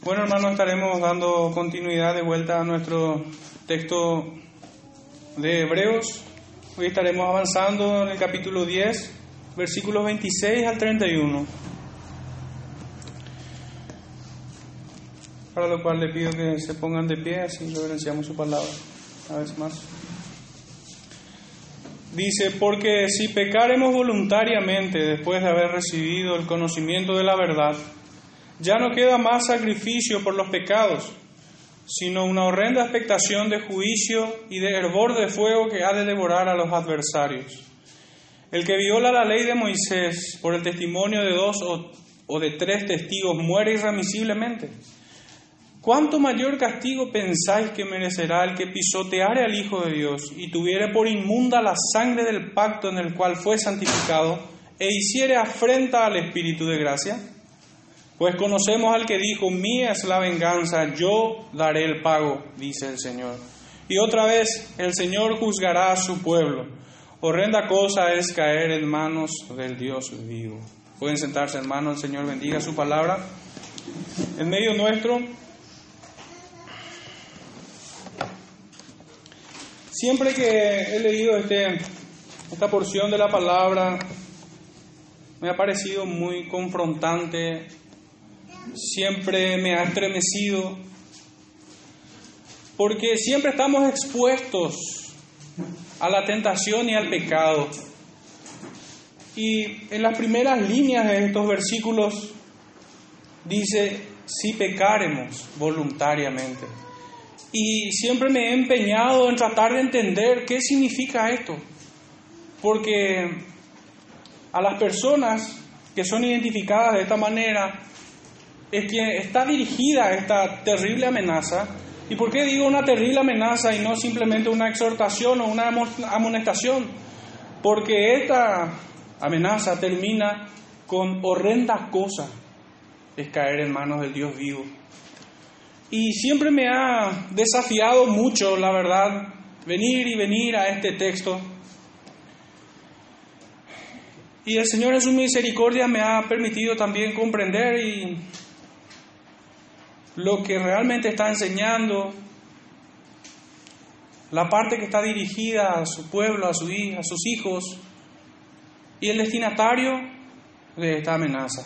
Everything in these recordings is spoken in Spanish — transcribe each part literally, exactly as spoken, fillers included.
Bueno, hermanos, estaremos dando continuidad de vuelta a nuestro texto de Hebreos. Hoy estaremos avanzando en el capítulo diez, versículos veintiséis al treinta y uno. Para lo cual le pido que se pongan de pie, así reverenciamos su palabra una vez más. Dice: porque si pecaremos voluntariamente después de haber recibido el conocimiento de la verdad, ya no queda más sacrificio por los pecados, sino una horrenda expectación de juicio y de hervor de fuego que ha de devorar a los adversarios. El que viola la ley de Moisés por el testimonio de dos o, o de tres testigos muere irremisiblemente. ¿Cuánto mayor castigo pensáis que merecerá el que pisoteare al Hijo de Dios y tuviere por inmunda la sangre del pacto en el cual fue santificado e hiciere afrenta al Espíritu de gracia? Pues conocemos al que dijo: mía es la venganza, yo daré el pago, dice el Señor. Y otra vez, el Señor juzgará a su pueblo. Horrenda cosa es caer en manos del Dios vivo. Pueden sentarse, hermanos. El Señor bendiga su palabra en medio nuestro. Siempre que he leído este, esta porción de la palabra, me ha parecido muy confrontante. Siempre me ha estremecido, porque siempre estamos expuestos a la tentación y al pecado. Y en las primeras líneas de estos versículos dice: si pecaremos voluntariamente. Y siempre me he empeñado en tratar de entender qué significa esto, porque a las personas que son identificadas de esta manera es que está dirigida esta terrible amenaza. ¿Y por qué digo una terrible amenaza y no simplemente una exhortación o una amonestación? Porque esta amenaza termina con horrendas cosas: es caer en manos del Dios vivo. Y siempre me ha desafiado mucho, la verdad, venir y venir a este texto. Y el Señor en su misericordia me ha permitido también comprender y lo que realmente está enseñando, la parte que está dirigida a su pueblo, a, su, a sus hijos, y el destinatario de esta amenaza.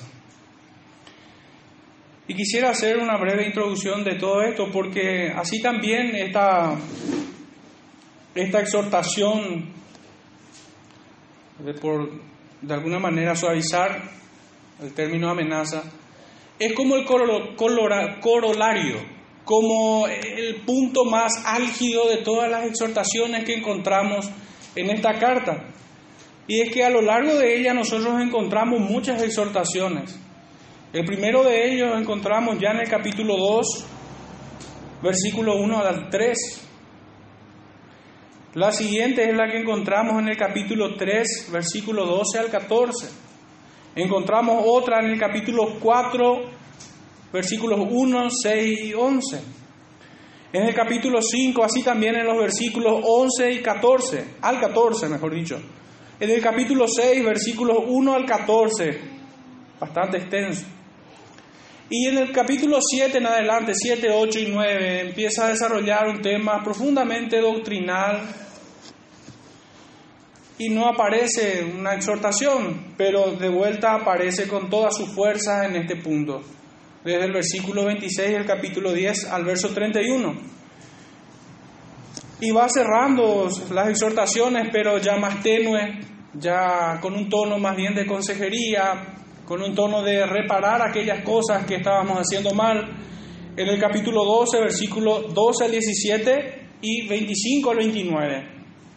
Y quisiera hacer una breve introducción de todo esto, porque así también esta, esta exhortación, de, por de alguna manera suavizar el término amenaza, es como el corolario, como el punto más álgido de todas las exhortaciones que encontramos en esta carta. Y es que a lo largo de ella nosotros encontramos muchas exhortaciones. El primero de ellos encontramos ya en el capítulo dos, versículo uno al tres. La siguiente es la que encontramos en el capítulo tres, versículo doce al catorce. Encontramos otra en el capítulo cuatro, versículos uno, seis y once. En el capítulo cinco, así también en los versículos once y catorce, al catorce mejor dicho. En el capítulo seis, versículos uno al catorce, bastante extenso. Y en el capítulo siete en adelante, siete, ocho y nueve, empieza a desarrollar un tema profundamente doctrinal. Y no aparece una exhortación, pero de vuelta aparece con toda su fuerza en este punto. Desde el versículo veintiséis del capítulo diez al verso treinta y uno. Y va cerrando las exhortaciones, pero ya más tenue, ya con un tono más bien de consejería, con un tono de reparar aquellas cosas que estábamos haciendo mal. En el capítulo doce, versículo doce al diecisiete y veinticinco al veintinueve.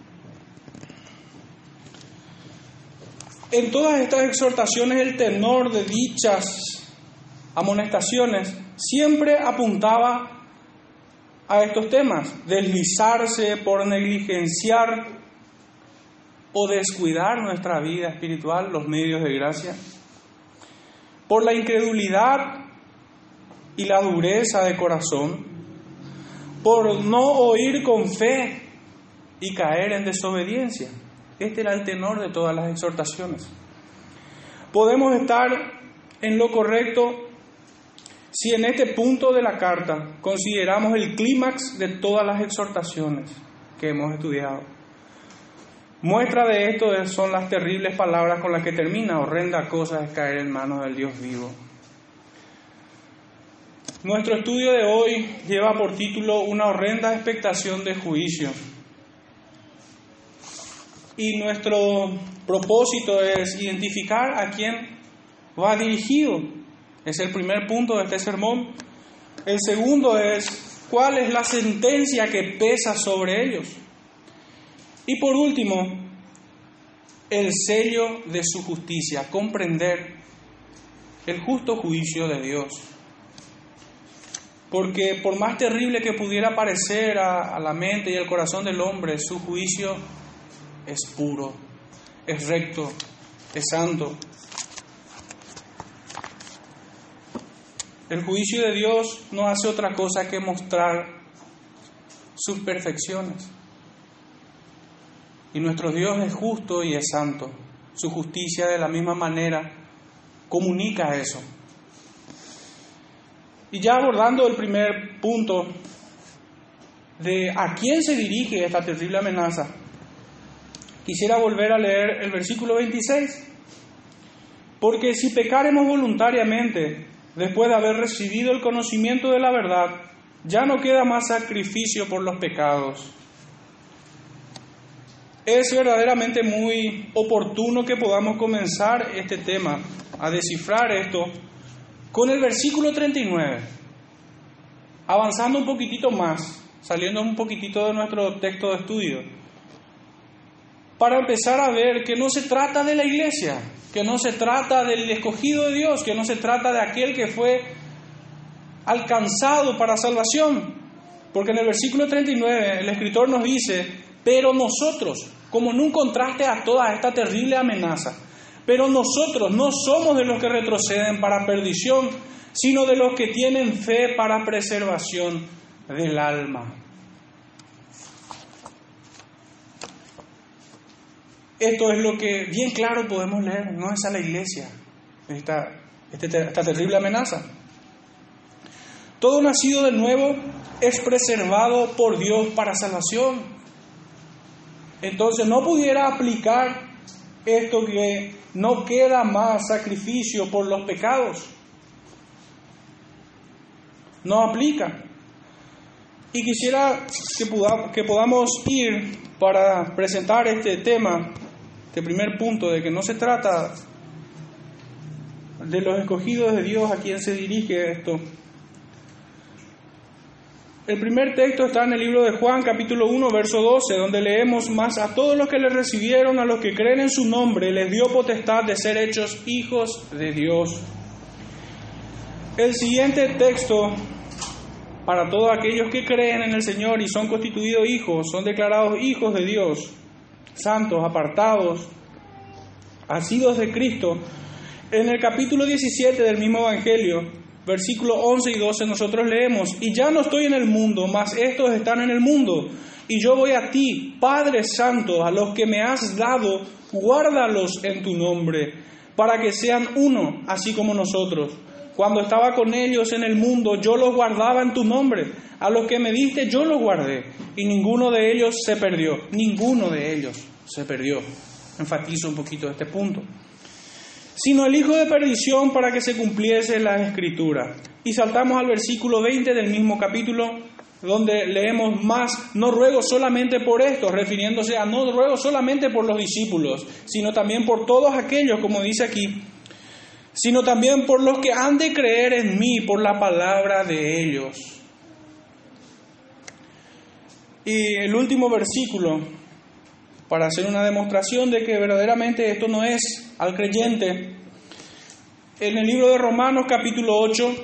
En todas estas exhortaciones, el tenor de dichas amonestaciones siempre apuntaba a estos temas: deslizarse por negligenciar o descuidar nuestra vida espiritual, los medios de gracia, por la incredulidad y la dureza de corazón, por no oír con fe y caer en desobediencia. Este era el tenor de todas las exhortaciones. Podemos estar en lo correcto Si en este punto de la carta consideramos el clímax de todas las exhortaciones que hemos estudiado, muestra de esto son las terribles palabras con las que termina: horrenda cosa es caer en manos del Dios vivo. Nuestro estudio de hoy lleva por título una horrenda expectación de juicio. Y nuestro propósito es identificar a quién va dirigido. Es el primer punto de este sermón. El segundo es cuál es la sentencia que pesa sobre ellos. Y por último, el sello de su justicia, comprender el justo juicio de Dios. Porque por más terrible que pudiera parecer a, a la mente y al corazón del hombre, su juicio es puro, es recto, es santo. El juicio de Dios no hace otra cosa que mostrar sus perfecciones. Y nuestro Dios es justo y es santo. Su justicia de la misma manera comunica eso. Y ya abordando el primer punto de a quién se dirige esta terrible amenaza, quisiera volver a leer el versículo veintiséis. Porque si pecaremos voluntariamente, después de haber recibido el conocimiento de la verdad, ya no queda más sacrificio por los pecados. Es verdaderamente muy oportuno que podamos comenzar este tema, a descifrar esto, con el versículo treinta y nueve. Avanzando un poquitito más, saliendo un poquitito de nuestro texto de estudio, para empezar a ver que no se trata de la iglesia, que no se trata del escogido de Dios, que no se trata de aquel que fue alcanzado para salvación. Porque en el versículo treinta y nueve el escritor nos dice: pero nosotros, como en un contraste a toda esta terrible amenaza, pero nosotros no somos de los que retroceden para perdición, sino de los que tienen fe para preservación del alma. Esto es lo que bien claro podemos leer, no es a la iglesia, esta, esta, esta terrible amenaza. Todo nacido de nuevo es preservado por Dios para salvación. Entonces no pudiera aplicar esto que no queda más sacrificio por los pecados. No aplica. Y quisiera que, podamos, que podamos ir para presentar este tema, este primer punto, de que no se trata de los escogidos de Dios a quien se dirige esto. El primer texto está en el libro de Juan, capítulo uno, verso doce, donde leemos: mas a todos los que le recibieron, a los que creen en su nombre, les dio potestad de ser hechos hijos de Dios. El siguiente texto, para todos aquellos que creen en el Señor y son constituidos hijos, son declarados hijos de Dios, santos, apartados, asidos de Cristo. En el capítulo diecisiete del mismo Evangelio, versículos once y doce, nosotros leemos: y ya no estoy en el mundo, mas estos están en el mundo, y yo voy a ti, Padre Santo, a los que me has dado, guárdalos en tu nombre, para que sean uno, así como nosotros. Cuando estaba con ellos en el mundo, yo los guardaba en tu nombre. A los que me diste, yo los guardé. Y ninguno de ellos se perdió. Ninguno de ellos se perdió. Enfatizo un poquito este punto. Sino el hijo de perdición, para que se cumpliese la escritura. Y saltamos al versículo veinte del mismo capítulo, donde leemos: más, no ruego solamente por esto, refiriéndose a no ruego solamente por los discípulos, sino también por todos aquellos, como dice aquí, sino también por los que han de creer en mí por la palabra de ellos. Y el último versículo, para hacer una demostración de que verdaderamente esto no es al creyente, en el libro de Romanos capítulo ocho,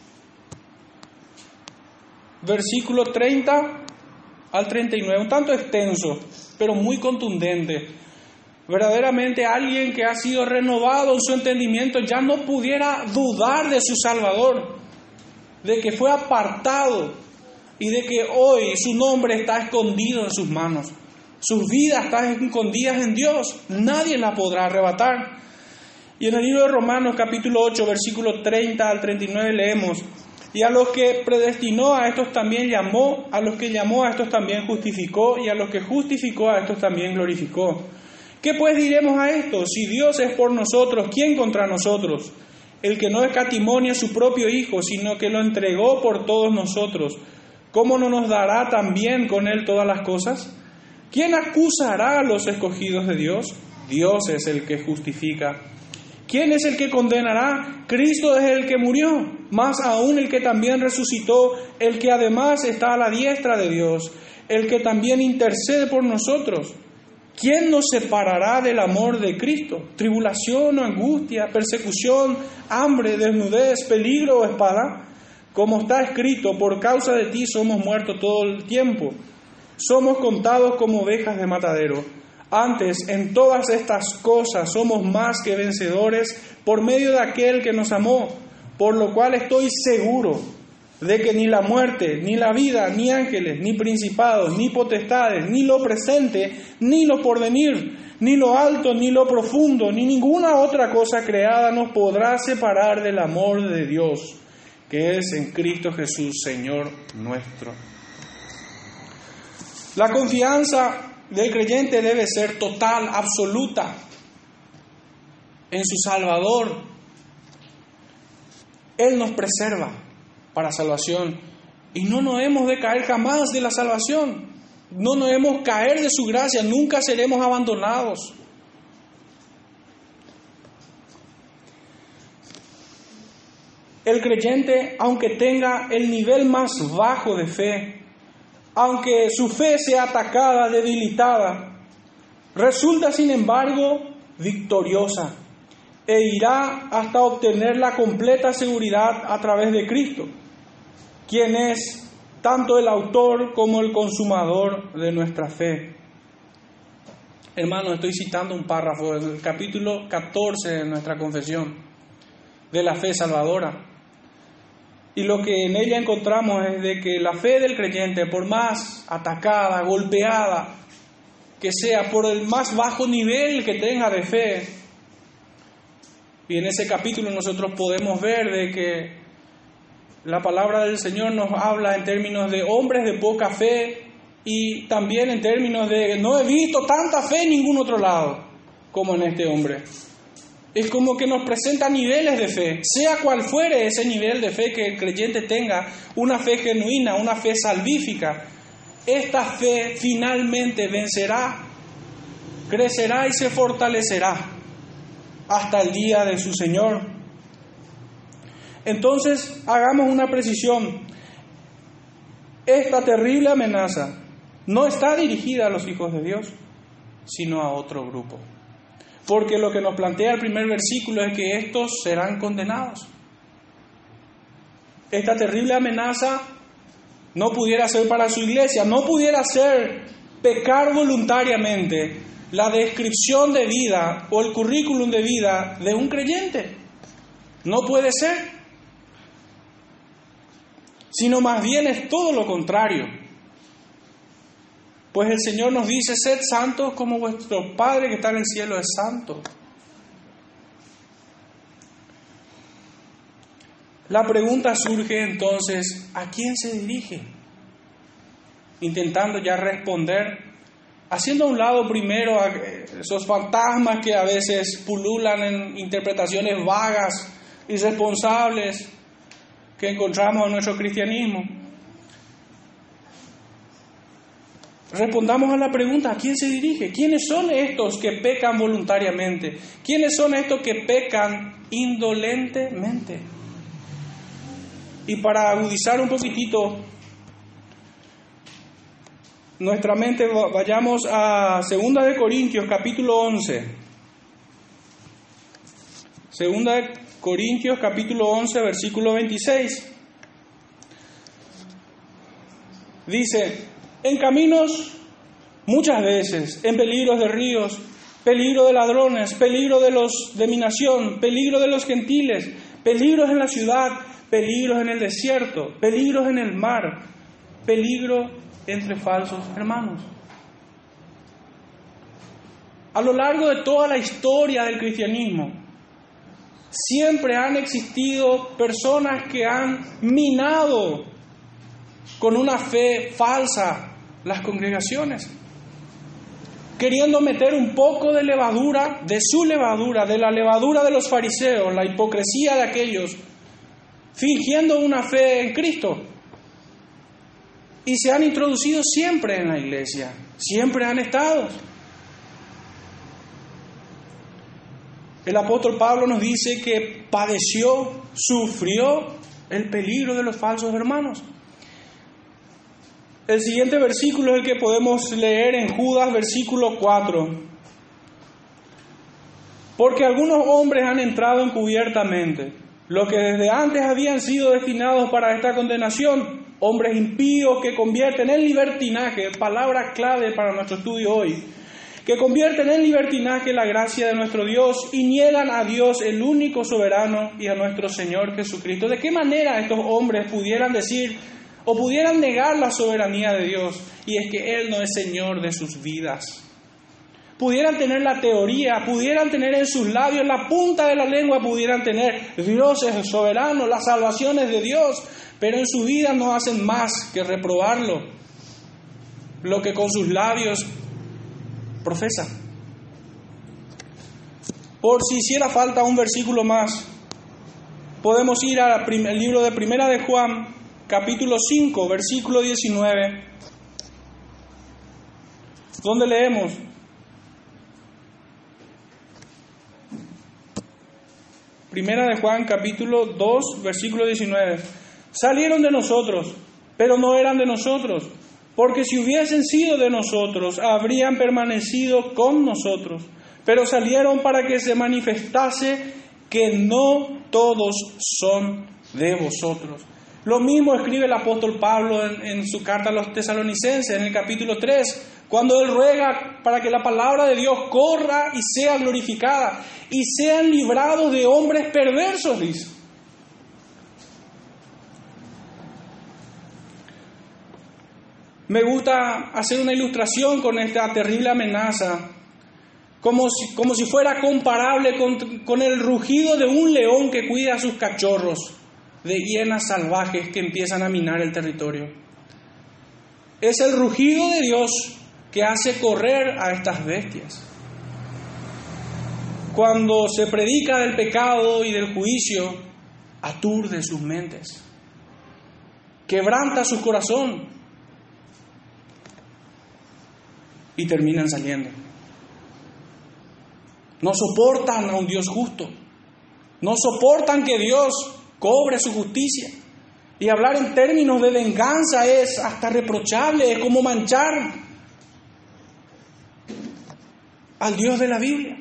versículo treinta al treinta y nueve, un tanto extenso, pero muy contundente. Verdaderamente alguien que ha sido renovado en su entendimiento ya no pudiera dudar de su Salvador, de que fue apartado y de que hoy su nombre está escondido en sus manos. Sus vidas están escondidas en Dios, nadie la podrá arrebatar. Y en el libro de Romanos capítulo ocho, versículos treinta al treinta y nueve leemos: Y a los que predestinó, a estos también llamó, a los que llamó, a estos también justificó, y a los que justificó, a estos también glorificó. ¿Qué pues diremos a esto? Si Dios es por nosotros, ¿quién contra nosotros? El que no escatimó a su propio Hijo, sino que lo entregó por todos nosotros, ¿cómo no nos dará también con Él todas las cosas? ¿Quién acusará a los escogidos de Dios? Dios es el que justifica. ¿Quién es el que condenará? Cristo es el que murió, más aún el que también resucitó, el que además está a la diestra de Dios, el que también intercede por nosotros. ¿Quién nos separará del amor de Cristo? ¿Tribulación o angustia, persecución, hambre, desnudez, peligro o espada? Como está escrito, por causa de ti somos muertos todo el tiempo. Somos contados como ovejas de matadero. Antes, en todas estas cosas somos más que vencedores por medio de aquel que nos amó, por lo cual estoy seguro de que ni la muerte, ni la vida, ni ángeles, ni principados, ni potestades, ni lo presente, ni lo porvenir, ni lo alto, ni lo profundo, ni ninguna otra cosa creada nos podrá separar del amor de Dios, que es en Cristo Jesús, Señor nuestro. La confianza del creyente debe ser total, absoluta, en su Salvador. Él nos preserva para salvación y no nos hemos de caer jamás de la salvación. No nos hemos de caer de su gracia, nunca seremos abandonados. El creyente, aunque tenga el nivel más bajo de fe, aunque su fe sea atacada, debilitada, resulta sin embargo victoriosa e irá hasta obtener la completa seguridad a través de Cristo, quien es tanto el autor como el consumador de nuestra fe. Hermanos, estoy citando un párrafo del capítulo catorce de nuestra confesión de la fe salvadora. Y lo que en ella encontramos es de que la fe del creyente, por más atacada, golpeada, que sea, por el más bajo nivel que tenga de fe, y en ese capítulo nosotros podemos ver de que la palabra del Señor nos habla en términos de hombres de poca fe y también en términos de no he visto tanta fe en ningún otro lado como en este hombre. Es como que nos presenta niveles de fe, sea cual fuere ese nivel de fe que el creyente tenga, una fe genuina, una fe salvífica. Esta fe finalmente vencerá, crecerá y se fortalecerá hasta el día de su Señor. Entonces, hagamos una precisión. Esta terrible amenaza no está dirigida a los hijos de Dios, sino a otro grupo. Porque lo que nos plantea el primer versículo es que estos serán condenados. Esta terrible amenaza no pudiera ser para su iglesia, no pudiera ser pecar voluntariamente la descripción de vida o el currículum de vida de un creyente. No puede ser. Sino más bien es todo lo contrario. Pues el Señor nos dice, sed santos como vuestro Padre que está en el cielo es santo. La pregunta surge entonces, ¿a quién se dirige? Intentando ya responder, haciendo a un lado primero a esos fantasmas que a veces pululan en interpretaciones vagas, irresponsables, que encontramos en nuestro cristianismo. Respondamos a la pregunta, ¿a quién se dirige? ¿Quiénes son estos que pecan voluntariamente? ¿Quiénes son estos que pecan indolentemente? Y para agudizar un poquitito nuestra mente, vayamos a Segunda de Corintios, capítulo once. Segunda de Corintios, capítulo once, versículo veintiséis. Dice, en caminos muchas veces, en peligros de ríos, peligro de ladrones, peligro de los de mi nación, peligro de los gentiles, peligros en la ciudad, peligros en el desierto, peligros en el mar, peligro entre falsos hermanos. A lo largo de toda la historia del cristianismo, siempre han existido personas que han minado con una fe falsa las congregaciones, queriendo meter un poco de levadura, de su levadura, de la levadura de los fariseos, la hipocresía de aquellos, fingiendo una fe en Cristo. Y se han introducido siempre en la iglesia, siempre han estado. El apóstol Pablo nos dice que padeció, sufrió el peligro de los falsos hermanos. El siguiente versículo es el que podemos leer en Judas, versículo cuatro. Porque algunos hombres han entrado encubiertamente, los que desde antes habían sido destinados para esta condenación, hombres impíos que convierten en libertinaje, palabra clave para nuestro estudio hoy, que convierten en libertinaje la gracia de nuestro Dios y niegan a Dios, el único soberano, y a nuestro Señor Jesucristo. ¿De qué manera estos hombres pudieran decir o pudieran negar la soberanía de Dios? Y es que Él no es Señor de sus vidas. Pudieran tener la teoría, pudieran tener en sus labios, en la punta de la lengua, pudieran tener Dios es soberano, las salvaciones de Dios, pero en su vida no hacen más que reprobarlo, lo que con sus labios profesan. Por si hiciera falta un versículo más, podemos ir al libro de Primera de Juan, capítulo cinco, versículo diecinueve, donde leemos: Primera de Juan, capítulo dos, versículo diecinueve. Salieron de nosotros, pero no eran de nosotros, porque si hubiesen sido de nosotros, habrían permanecido con nosotros. Pero salieron para que se manifestase que no todos son de vosotros. Lo mismo escribe el apóstol Pablo en, en su carta a los tesalonicenses, en el capítulo tres, cuando él ruega para que la palabra de Dios corra y sea glorificada, y sean librados de hombres perversos, dice. Me gusta hacer una ilustración con esta terrible amenaza, como si, como si fuera comparable con, con el rugido de un león que cuida a sus cachorros de hienas salvajes que empiezan a minar el territorio. Es el rugido de Dios que hace correr a estas bestias. Cuando se predica del pecado y del juicio, aturde sus mentes, quebranta su corazón y terminan saliendo. No soportan a un Dios justo, no soportan que Dios cobre su justicia. Y hablar en términos de venganza es hasta reprochable, es como manchar al Dios de la Biblia.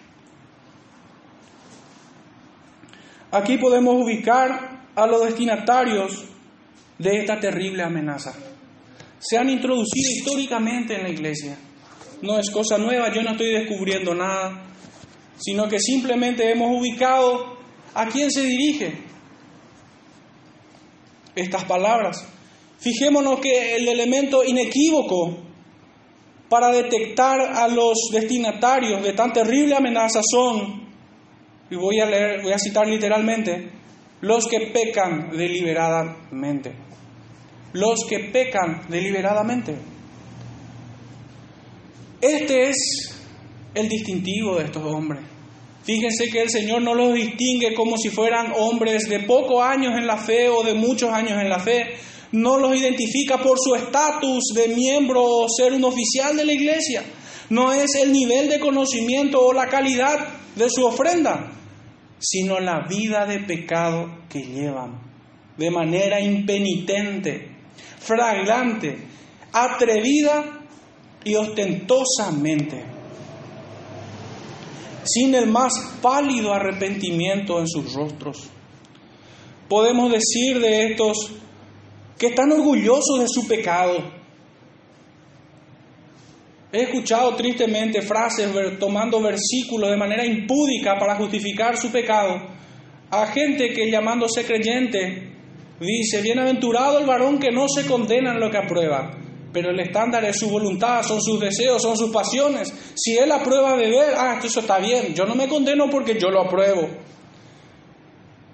Aquí podemos ubicar a los destinatarios de esta terrible amenaza. Se han introducido históricamente en la iglesia. No es cosa nueva, yo no estoy descubriendo nada, sino que simplemente hemos ubicado a quién se dirige estas palabras. Fijémonos que el elemento inequívoco para detectar a los destinatarios de tan terrible amenaza son, y voy a leer, voy a citar literalmente, los que pecan deliberadamente. Los que pecan deliberadamente. Este es el distintivo de estos hombres. Fíjense que el Señor no los distingue como si fueran hombres de pocos años en la fe o de muchos años en la fe. No los identifica por su estatus de miembro o ser un oficial de la iglesia. No es el nivel de conocimiento o la calidad de su ofrenda, sino la vida de pecado que llevan de manera impenitente, flagrante, atrevida y ostentosamente, sin el más pálido arrepentimiento en sus rostros. Podemos decir de estos que están orgullosos de su pecado. He escuchado tristemente frases tomando versículos de manera impúdica para justificar su pecado, a gente que, llamándose creyente, dice: bienaventurado el varón que no se condena en lo que aprueba, pero el estándar es su voluntad, son sus deseos, son sus pasiones. Si él aprueba beber, ah, esto está bien, yo no me condeno porque yo lo apruebo.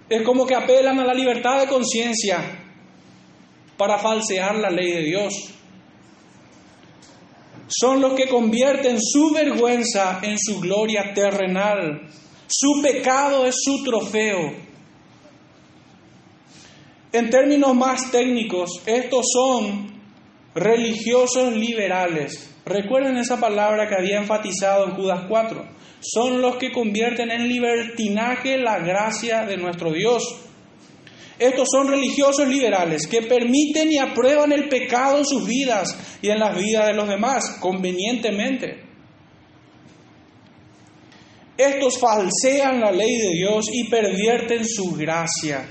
Es como que apelan a la libertad de conciencia para falsear la ley de Dios. Son los que convierten su vergüenza en su gloria terrenal. Su pecado es su trofeo. En términos más técnicos, estos son religiosos liberales. Recuerden esa palabra que había enfatizado en Judas cuatro. Son los que convierten en libertinaje la gracia de nuestro Dios. Estos son religiosos liberales que permiten y aprueban el pecado en sus vidas y en las vidas de los demás, convenientemente. Estos falsean la ley de Dios y pervierten su gracia.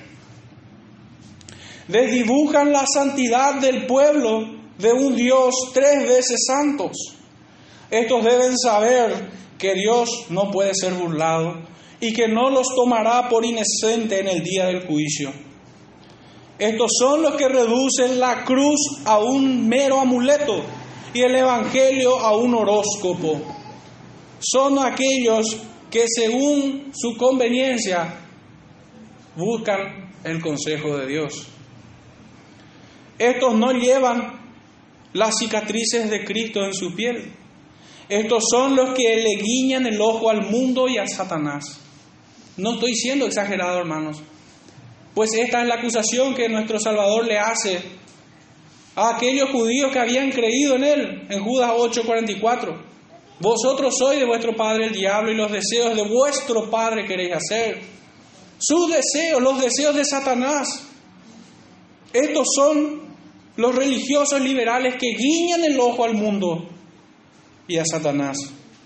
Desdibujan la santidad del pueblo de un Dios tres veces santos. Estos deben saber que Dios no puede ser burlado y que no los tomará por inocente en el día del juicio. Estos son los que reducen la cruz a un mero amuleto y el evangelio a un horóscopo. Son aquellos que según su conveniencia buscan el consejo de Dios. Estos no llevan las cicatrices de Cristo en su piel. Estos son los que le guiñan el ojo al mundo y a Satanás. No estoy siendo exagerado, hermanos. Pues esta es la acusación que nuestro Salvador le hace a aquellos judíos que habían creído en Él, en Judas ocho cuarenta y cuatro. Vosotros sois de vuestro padre el diablo y los deseos de vuestro padre queréis hacer. Sus deseos, los deseos de Satanás. Estos son los religiosos liberales que guiñan el ojo al mundo y a Satanás.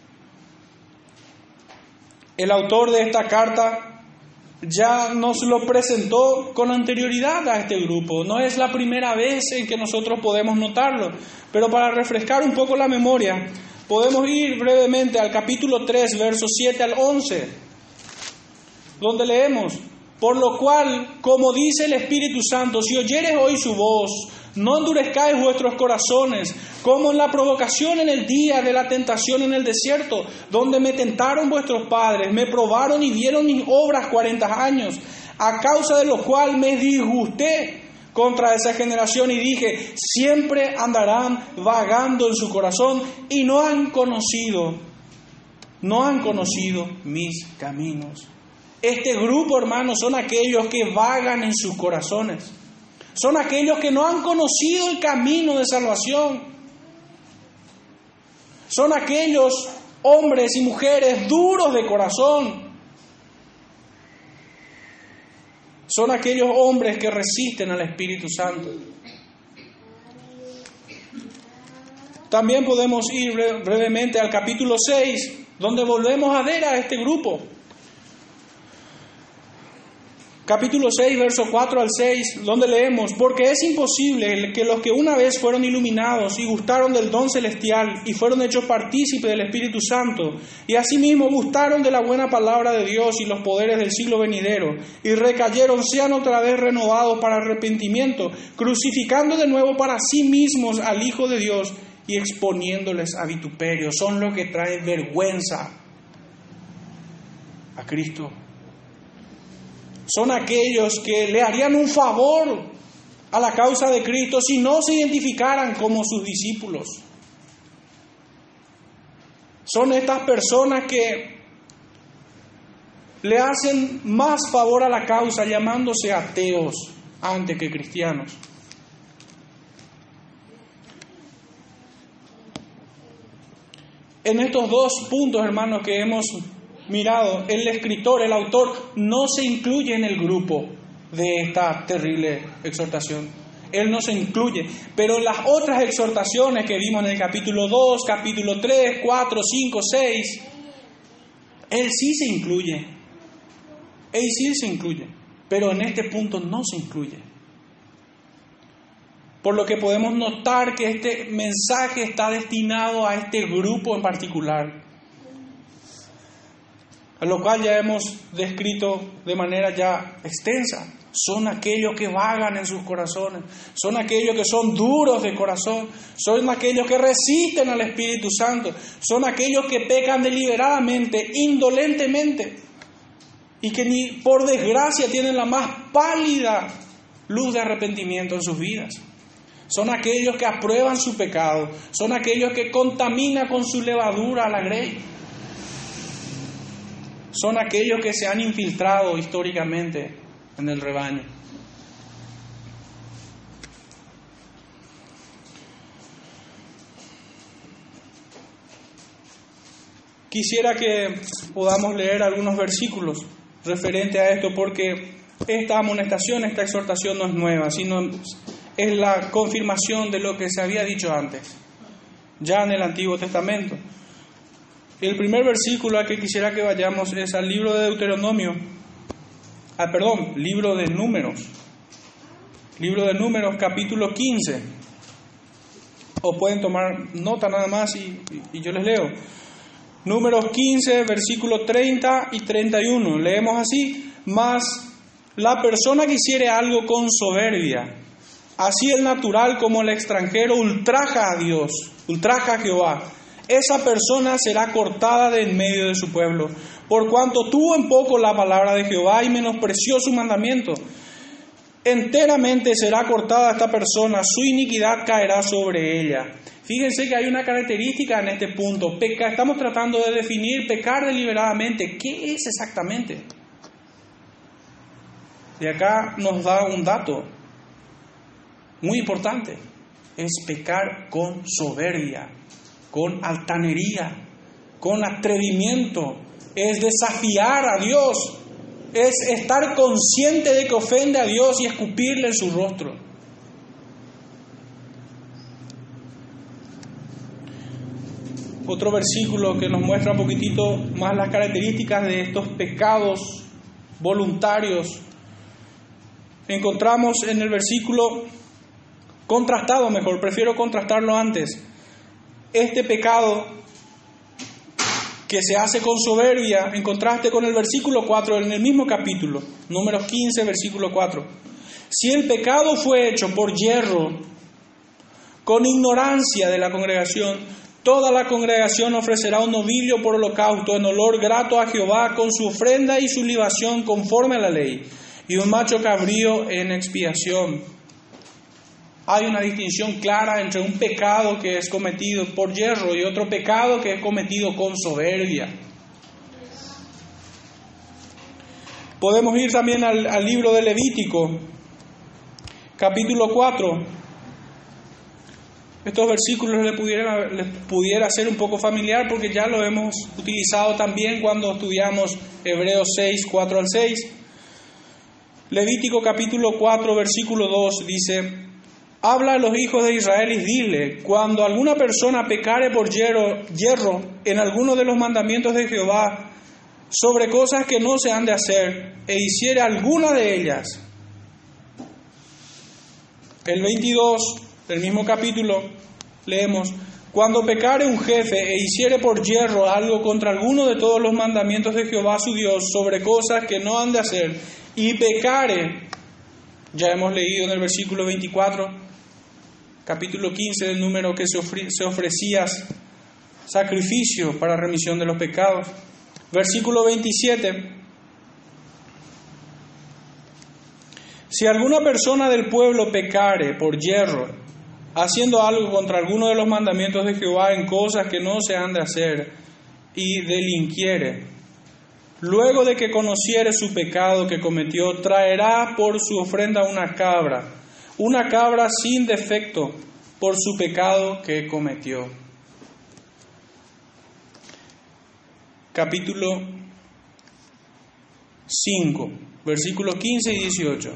El autor de esta carta ya nos lo presentó con anterioridad a este grupo. No es la primera vez en que nosotros podemos notarlo, pero para refrescar un poco la memoria, podemos ir brevemente al capítulo tres, versos siete al once, donde leemos: por lo cual, como dice el Espíritu Santo, si oyeres hoy su voz, no endurezcáis vuestros corazones, como en la provocación en el día de la tentación en el desierto, donde me tentaron vuestros padres, me probaron y vieron mis obras cuarenta años, a causa de lo cual me disgusté contra esa generación y dije, siempre andarán vagando en su corazón y no han conocido, no han conocido mis caminos. Este grupo, hermanos, son aquellos que vagan en sus corazones. Son aquellos que no han conocido el camino de salvación. Son aquellos hombres y mujeres duros de corazón. Son aquellos hombres que resisten al Espíritu Santo. También podemos ir brevemente al capítulo seis, donde volvemos a ver a este grupo. Capítulo seis, verso cuatro al seis, donde leemos: porque es imposible que los que una vez fueron iluminados y gustaron del don celestial y fueron hechos partícipes del Espíritu Santo, y asimismo gustaron de la buena palabra de Dios y los poderes del siglo venidero, y recayeron, sean otra vez renovados para arrepentimiento, crucificando de nuevo para sí mismos al Hijo de Dios y exponiéndoles a vituperio. Son los que traen vergüenza a Cristo. Son aquellos que le harían un favor a la causa de Cristo si no se identificaran como sus discípulos. Son estas personas que le hacen más favor a la causa llamándose ateos antes que cristianos. En estos dos puntos, hermanos, que hemos mirado, el escritor, el autor, no se incluye en el grupo de esta terrible exhortación. Él no se incluye. Pero en las otras exhortaciones que vimos en el capítulo dos, capítulo tres, cuatro, cinco, seis, él sí se incluye. Él sí se incluye. Pero en este punto no se incluye. Por lo que podemos notar que este mensaje está destinado a este grupo en particular, a lo cual ya hemos descrito de manera ya extensa. Son aquellos que vagan en sus corazones, son aquellos que son duros de corazón, son aquellos que resisten al Espíritu Santo, son aquellos que pecan deliberadamente, indolentemente. y que ni por desgracia tienen la más pálida luz de arrepentimiento en sus vidas. Son aquellos que aprueban su pecado, son aquellos que contaminan con su levadura a la grey. Son aquellos que se han infiltrado históricamente en el rebaño. Quisiera que podamos leer algunos versículos referente a esto, porque esta amonestación, esta exhortación no es nueva, sino es la confirmación de lo que se había dicho antes, ya en el Antiguo Testamento. El primer versículo al que quisiera que vayamos es al libro de Deuteronomio, ah, perdón, libro de Números, libro de Números, capítulo quince, o pueden tomar nota nada más y, y yo les leo. Números quince, versículos treinta y treinta y uno, leemos así: mas la persona que hiciere algo con soberbia, así el natural como el extranjero, ultraja a Dios, ultraja a Jehová, esa persona será cortada de en medio de su pueblo, por cuanto tuvo en poco la palabra de Jehová y menospreció su mandamiento. Enteramente será cortada esta persona, su iniquidad caerá sobre ella. Fíjense que hay una característica en este punto. Peca, estamos tratando de definir pecar deliberadamente. ¿Qué es exactamente? Y acá nos da un dato muy importante. Es pecar con soberbia, con altanería, con atrevimiento. Es desafiar a Dios. Es estar consciente de que ofende a Dios y escupirle en su rostro. Otro versículo que nos muestra un poquitito más las características de estos pecados voluntarios. Encontramos en el versículo contrastado, mejor, prefiero contrastarlo antes. Este pecado que se hace con soberbia, en contraste con el versículo cuatro, en el mismo capítulo, Números quince, versículo cuatro. Si el pecado fue hecho por yerro, con ignorancia de la congregación, toda la congregación ofrecerá un novillo por holocausto en olor grato a Jehová con su ofrenda y su libación conforme a la ley, y un macho cabrío en expiación. Hay una distinción clara entre un pecado que es cometido por yerro y otro pecado que es cometido con soberbia. Podemos ir también al, al libro de Levítico, capítulo cuatro. Estos versículos les pudiera, les pudiera ser un poco familiar porque ya lo hemos utilizado también cuando estudiamos Hebreos seis, cuatro al seis. Levítico capítulo cuatro, versículo dos dice: habla a los hijos de Israel y dile, cuando alguna persona pecare por hierro, hierro en alguno de los mandamientos de Jehová, sobre cosas que no se han de hacer, e hiciere alguna de ellas. El veintidós del mismo capítulo leemos: cuando pecare un jefe e hiciere por hierro algo contra alguno de todos los mandamientos de Jehová su Dios, sobre cosas que no han de hacer, y pecare, ya hemos leído en el versículo veinticuatro, capítulo quince del número, que se, ofre, se ofrecía sacrificio para remisión de los pecados. Versículo veintisiete: si alguna persona del pueblo pecare por hierro, haciendo algo contra alguno de los mandamientos de Jehová en cosas que no se han de hacer, y delinquiere, luego de que conociere su pecado que cometió, traerá por su ofrenda una cabra, una cabra sin defecto, por su pecado que cometió. Capítulo cinco, versículos quince y dieciocho.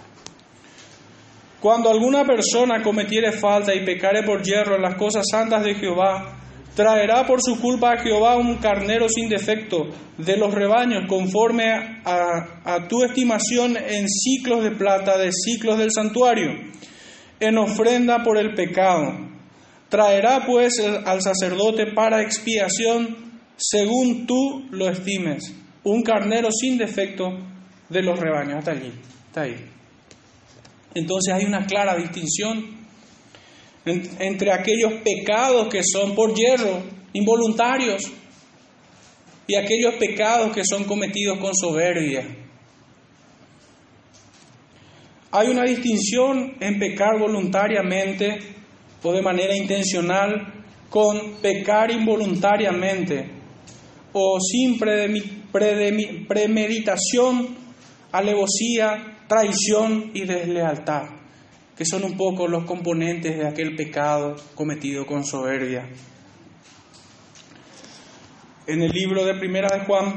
Cuando alguna persona cometiere falta y pecare por hierro en las cosas santas de Jehová, traerá por su culpa a Jehová un carnero sin defecto de los rebaños, conforme a, a tu estimación en ciclos de plata, de ciclos del santuario, en ofrenda por el pecado. Traerá pues el, al sacerdote para expiación, según tú lo estimes, un carnero sin defecto de los rebaños. Hasta allí, está ahí. Entonces hay una clara distinción entre aquellos pecados que son por hierro, involuntarios, y aquellos pecados que son cometidos con soberbia. Hay una distinción en pecar voluntariamente o de manera intencional con pecar involuntariamente o sin premeditación, alevosía, traición y deslealtad, que son un poco los componentes de aquel pecado cometido con soberbia. En el libro de Primera de Juan,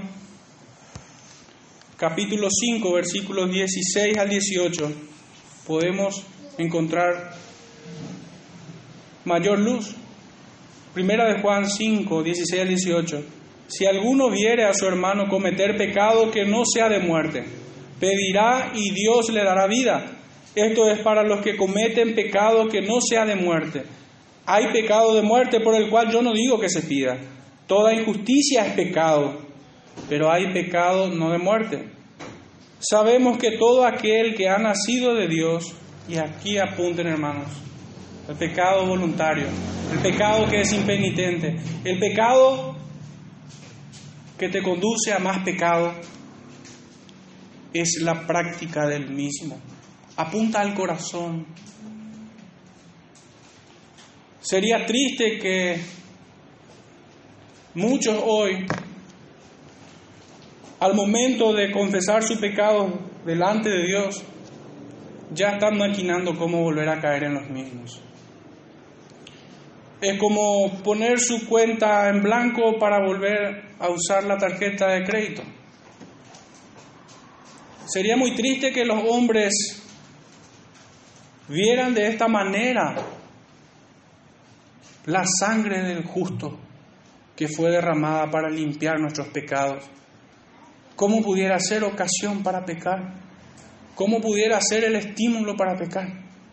capítulo cinco, versículos dieciséis al dieciocho, podemos encontrar mayor luz. Primera de Juan cinco, dieciséis al dieciocho. Si alguno viere a su hermano cometer pecado que no sea de muerte, pedirá y Dios le dará vida. Esto es para los que cometen pecado que no sea de muerte. Hay pecado de muerte por el cual yo no digo que se pida. Toda injusticia es pecado, pero hay pecado no de muerte. Sabemos que todo aquel que ha nacido de Dios, y aquí apunten hermanos, el pecado voluntario, el pecado que es impenitente, el pecado que te conduce a más pecado, es la práctica del mismo. Apunta al corazón. Sería triste que muchos hoy, al momento de confesar su pecado delante de Dios, ya están maquinando cómo volver a caer en los mismos. Es como poner su cuenta en blanco para volver a usar la tarjeta de crédito. Sería muy triste que los hombres vieran de esta manera la sangre del justo que fue derramada para limpiar nuestros pecados. ¿Cómo pudiera ser ocasión para pecar? ¿Cómo pudiera ser el estímulo para pecar?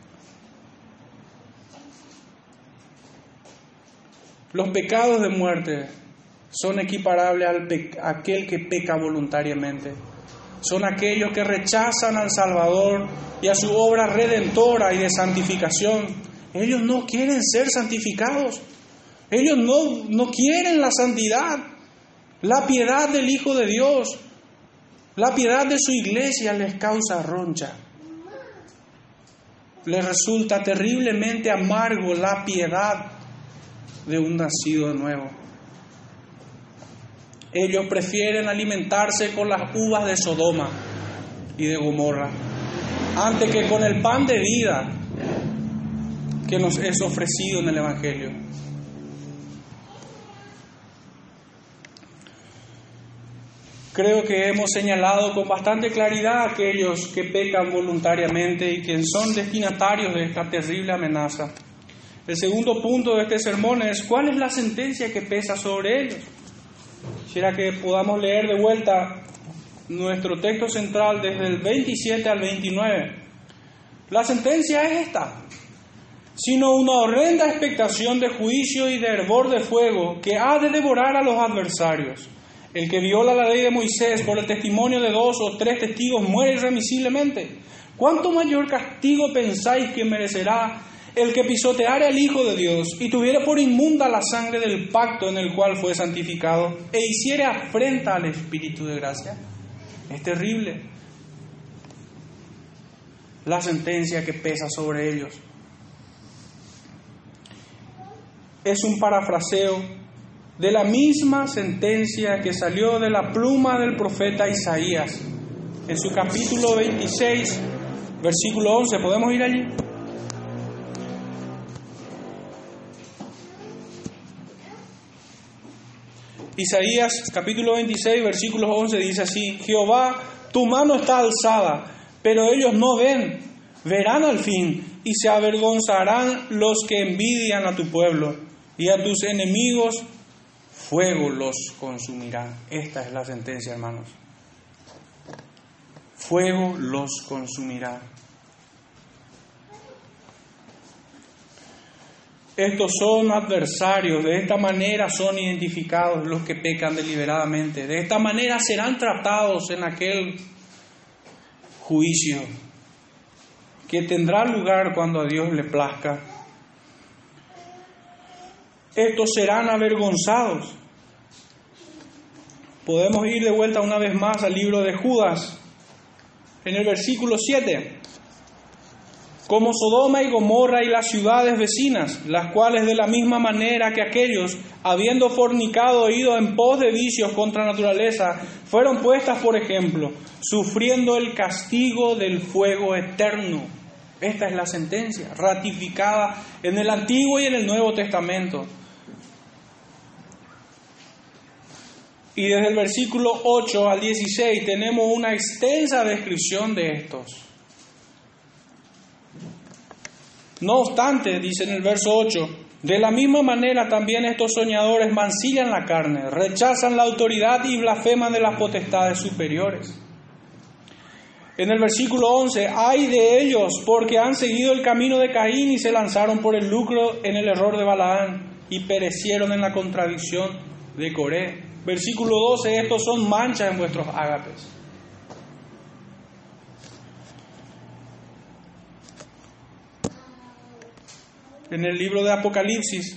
Los pecados de muerte son equiparables al pe- a aquel que peca voluntariamente. Son aquellos que rechazan al Salvador y a su obra redentora y de santificación. Ellos no quieren ser santificados. Ellos no, no quieren la santidad, la piedad del Hijo de Dios. La piedad de su iglesia les causa roncha. Les resulta terriblemente amargo la piedad de un nacido de nuevo. Ellos prefieren alimentarse con las uvas de Sodoma y de Gomorra antes que con el pan de vida que nos es ofrecido en el Evangelio. Creo que hemos señalado con bastante claridad a aquellos que pecan voluntariamente y que son destinatarios de esta terrible amenaza. El segundo punto de este sermón es: ¿cuál es la sentencia que pesa sobre ellos? Quisiera que podamos leer de vuelta nuestro texto central desde el veintisiete al veintinueve. La sentencia es esta: sino una horrenda expectación de juicio y de hervor de fuego que ha de devorar a los adversarios. El que viola la ley de Moisés por el testimonio de dos o tres testigos muere irremisiblemente. ¿Cuánto mayor castigo pensáis que merecerá el que pisoteare al Hijo de Dios y tuviere por inmunda la sangre del pacto en el cual fue santificado e hiciere afrenta al Espíritu de gracia? Es terrible la sentencia que pesa sobre ellos. Es un parafraseo de la misma sentencia que salió de la pluma del profeta Isaías en su capítulo veintiséis, versículo once. ¿Podemos ir allí? Isaías capítulo veintiséis, versículo once dice así: Jehová, tu mano está alzada, pero ellos no ven, verán al fin, y se avergonzarán los que envidian a tu pueblo, y a tus enemigos fuego los consumirá. Esta es la sentencia, hermanos. Fuego los consumirá. Estos son adversarios, de esta manera son identificados los que pecan deliberadamente. De esta manera serán tratados en aquel juicio que tendrá lugar cuando a Dios le plazca. Estos serán avergonzados. Podemos ir de vuelta una vez más al libro de Judas, en el versículo siete. Como Sodoma y Gomorra y las ciudades vecinas, las cuales de la misma manera que aquellos, habiendo fornicado e ido en pos de vicios contra naturaleza, fueron puestas por ejemplo, sufriendo el castigo del fuego eterno. Esta es la sentencia, ratificada en el Antiguo y en el Nuevo Testamento. Y desde el versículo ocho al dieciséis tenemos una extensa descripción de estos. No obstante, dice en el verso ocho, de la misma manera también estos soñadores mancillan la carne, rechazan la autoridad y blasfeman de las potestades superiores. En el versículo once, ay de ellos, porque han seguido el camino de Caín y se lanzaron por el lucro en el error de Balaán y perecieron en la contradicción de Coré. Versículo doce, estos son manchas en vuestros ágapes. En el libro de Apocalipsis,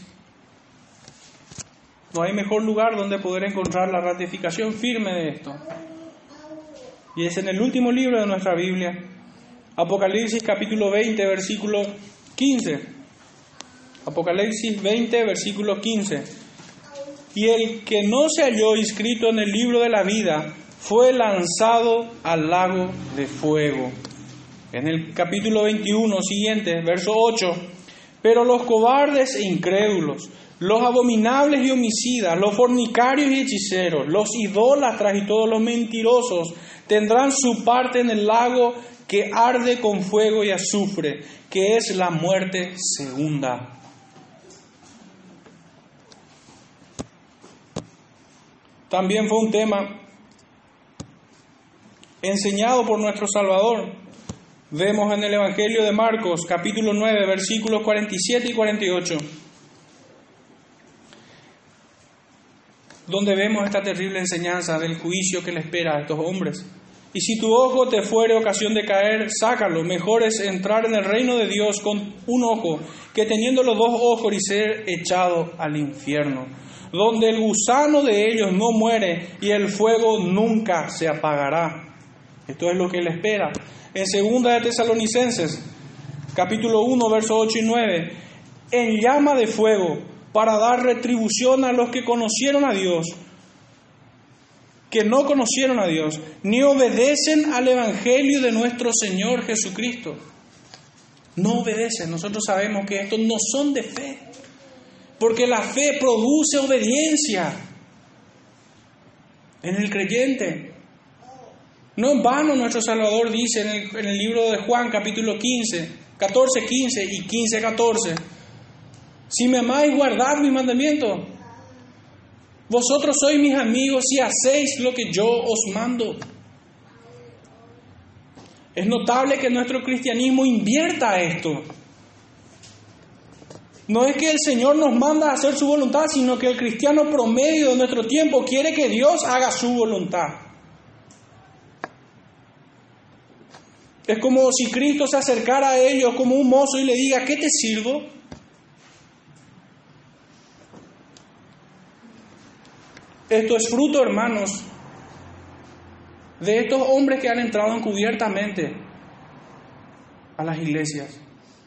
no hay mejor lugar donde poder encontrar la ratificación firme de esto. Y es en el último libro de nuestra Biblia, Apocalipsis capítulo veinte, versículo quince. Apocalipsis veinte, versículo quince. Y el que no se halló inscrito en el libro de la vida fue lanzado al lago de fuego. En el capítulo veintiuno siguiente, verso ocho. Pero los cobardes e incrédulos, los abominables y homicidas, los fornicarios y hechiceros, los idólatras y todos los mentirosos tendrán su parte en el lago que arde con fuego y azufre, que es la muerte segunda. También fue un tema enseñado por nuestro Salvador. Vemos en el Evangelio de Marcos, capítulo nueve, versículos cuarenta y siete y cuarenta y ocho, donde vemos esta terrible enseñanza del juicio que le espera a estos hombres. Y si tu ojo te fuere ocasión de caer, sácalo. Mejor es entrar en el reino de Dios con un ojo, que teniendo los dos ojos y ser echado al infierno, donde el gusano de ellos no muere y el fuego nunca se apagará. Esto es lo que le espera. En segunda de Tesalonicenses, capítulo uno, versos ocho y nueve, en llama de fuego, para dar retribución a los que conocieron a Dios, que no conocieron a Dios, ni obedecen al Evangelio de nuestro Señor Jesucristo. No obedecen. Nosotros sabemos que estos no son de fe, porque la fe produce obediencia en el creyente. No en vano nuestro Salvador dice en el, en el libro de Juan, capítulo quince, catorce, quince y quince, catorce, si me amáis, guardad mis mandamientos. Vosotros sois mis amigos si hacéis lo que yo os mando. Es notable que nuestro cristianismo invierta esto. No es que el Señor nos manda a hacer su voluntad, sino que el cristiano promedio de nuestro tiempo quiere que Dios haga su voluntad. Es como si Cristo se acercara a ellos como un mozo y le diga, ¿qué te sirvo? Esto es fruto, hermanos, de estos hombres que han entrado encubiertamente a las iglesias.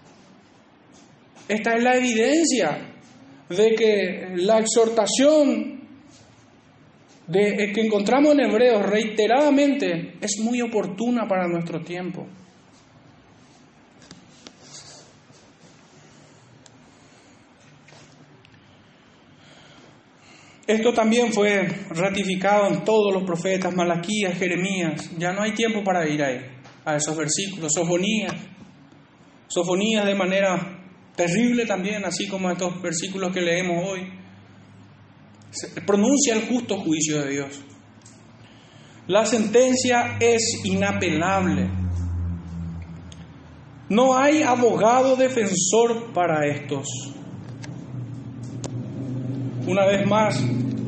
Esta es la evidencia de que la exhortación de, que encontramos en Hebreos reiteradamente es muy oportuna para nuestro tiempo. Esto también fue ratificado en todos los profetas, Malaquías, Jeremías. Ya no hay tiempo para ir ahí, a esos versículos. Sofonías, Sofonías de manera terrible también, así como estos versículos que leemos hoy. Se pronuncia el justo juicio de Dios. La sentencia es inapelable. No hay abogado defensor para estos. Una vez más,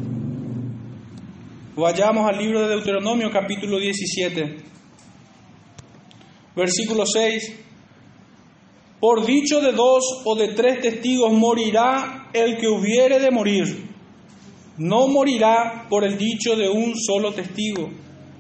vayamos al libro de Deuteronomio, capítulo diecisiete, versículo seis. Por dicho de dos o de tres testigos morirá el que hubiere de morir. no morirá por el dicho de un solo testigo.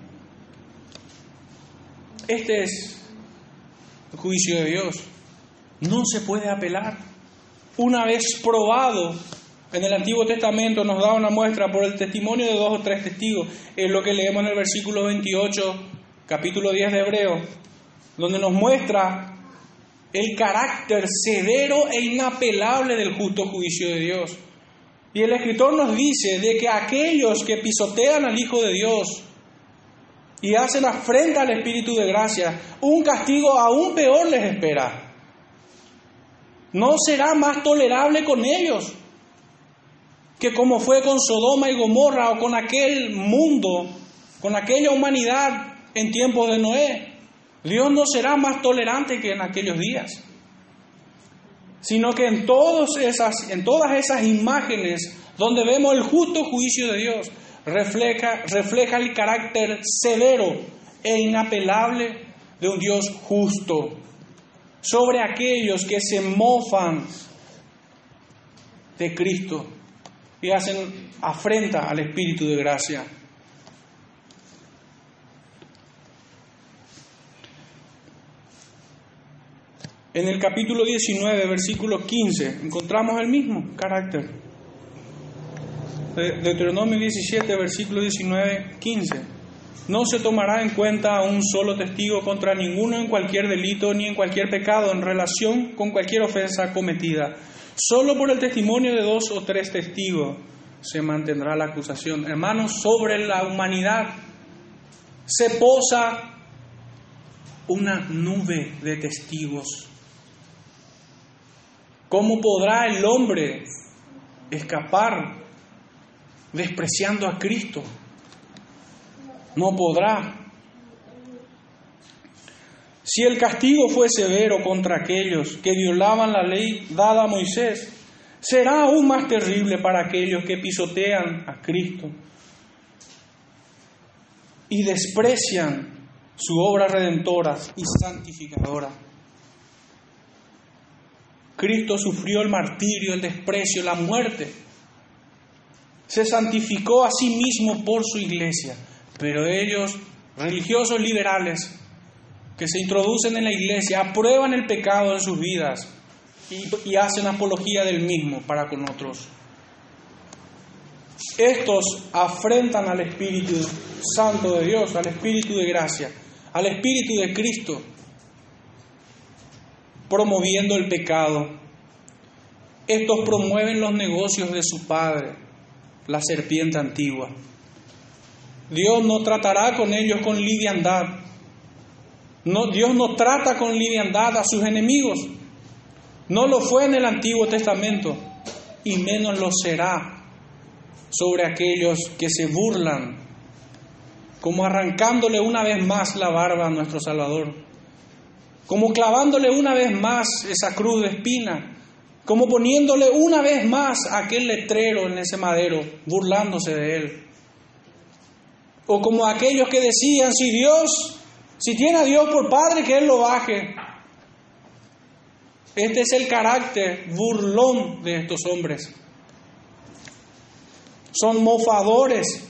Este es el juicio de Dios. No se puede apelar. Una vez probado, en el Antiguo Testamento nos da una muestra por el testimonio de dos o tres testigos. Es lo que leemos en el versículo veintiocho, capítulo diez de Hebreos, donde nos muestra el carácter severo e inapelable del justo juicio de Dios. Y el escritor nos dice de que aquellos que pisotean al Hijo de Dios y hacen afrenta al Espíritu de gracia, un castigo aún peor les espera. No será más tolerable con ellos que como fue con Sodoma y Gomorra o con aquel mundo, con aquella humanidad en tiempos de Noé. Dios no será más tolerante que en aquellos días, sino que en, todos esas, en todas esas imágenes donde vemos el justo juicio de Dios, refleja, refleja el carácter severo e inapelable de un Dios justo sobre aquellos que se mofan de Cristo y hacen afrenta al Espíritu de gracia. En el capítulo diecinueve, versículo quince, encontramos el mismo carácter. De Deuteronomio diecisiete, versículo diecinueve, quince. No se tomará en cuenta un solo testigo contra ninguno en cualquier delito ni en cualquier pecado en relación con cualquier ofensa cometida. Solo por el testimonio de dos o tres testigos se mantendrá la acusación. Hermanos, sobre la humanidad se posa una nube de testigos. ¿Cómo podrá el hombre escapar despreciando a Cristo? No podrá. Si el castigo fue severo contra aquellos que violaban la ley dada a Moisés, será aún más terrible para aquellos que pisotean a Cristo y desprecian su obra redentora y santificadora. Cristo sufrió el martirio, el desprecio, la muerte. Se santificó a sí mismo por su iglesia. Pero ellos, religiosos liberales, que se introducen en la iglesia, aprueban el pecado en sus vidas y, y hacen apología del mismo para con otros. Estos afrentan al Espíritu Santo de Dios, al Espíritu de gracia, al Espíritu de Cristo, promoviendo el pecado. Estos promueven los negocios de su padre, la serpiente antigua. Dios no tratará con ellos con liviandad. No, Dios no trata con liviandad a sus enemigos. No lo fue en el Antiguo Testamento y menos lo será sobre aquellos que se burlan, como arrancándole una vez más la barba a nuestro Salvador, como clavándole una vez más esa cruz de espina, como poniéndole una vez más aquel letrero en ese madero, burlándose de él. O como aquellos que decían, si Dios, si tiene a Dios por Padre, que Él lo baje. Este es el carácter burlón de estos hombres. Son mofadores.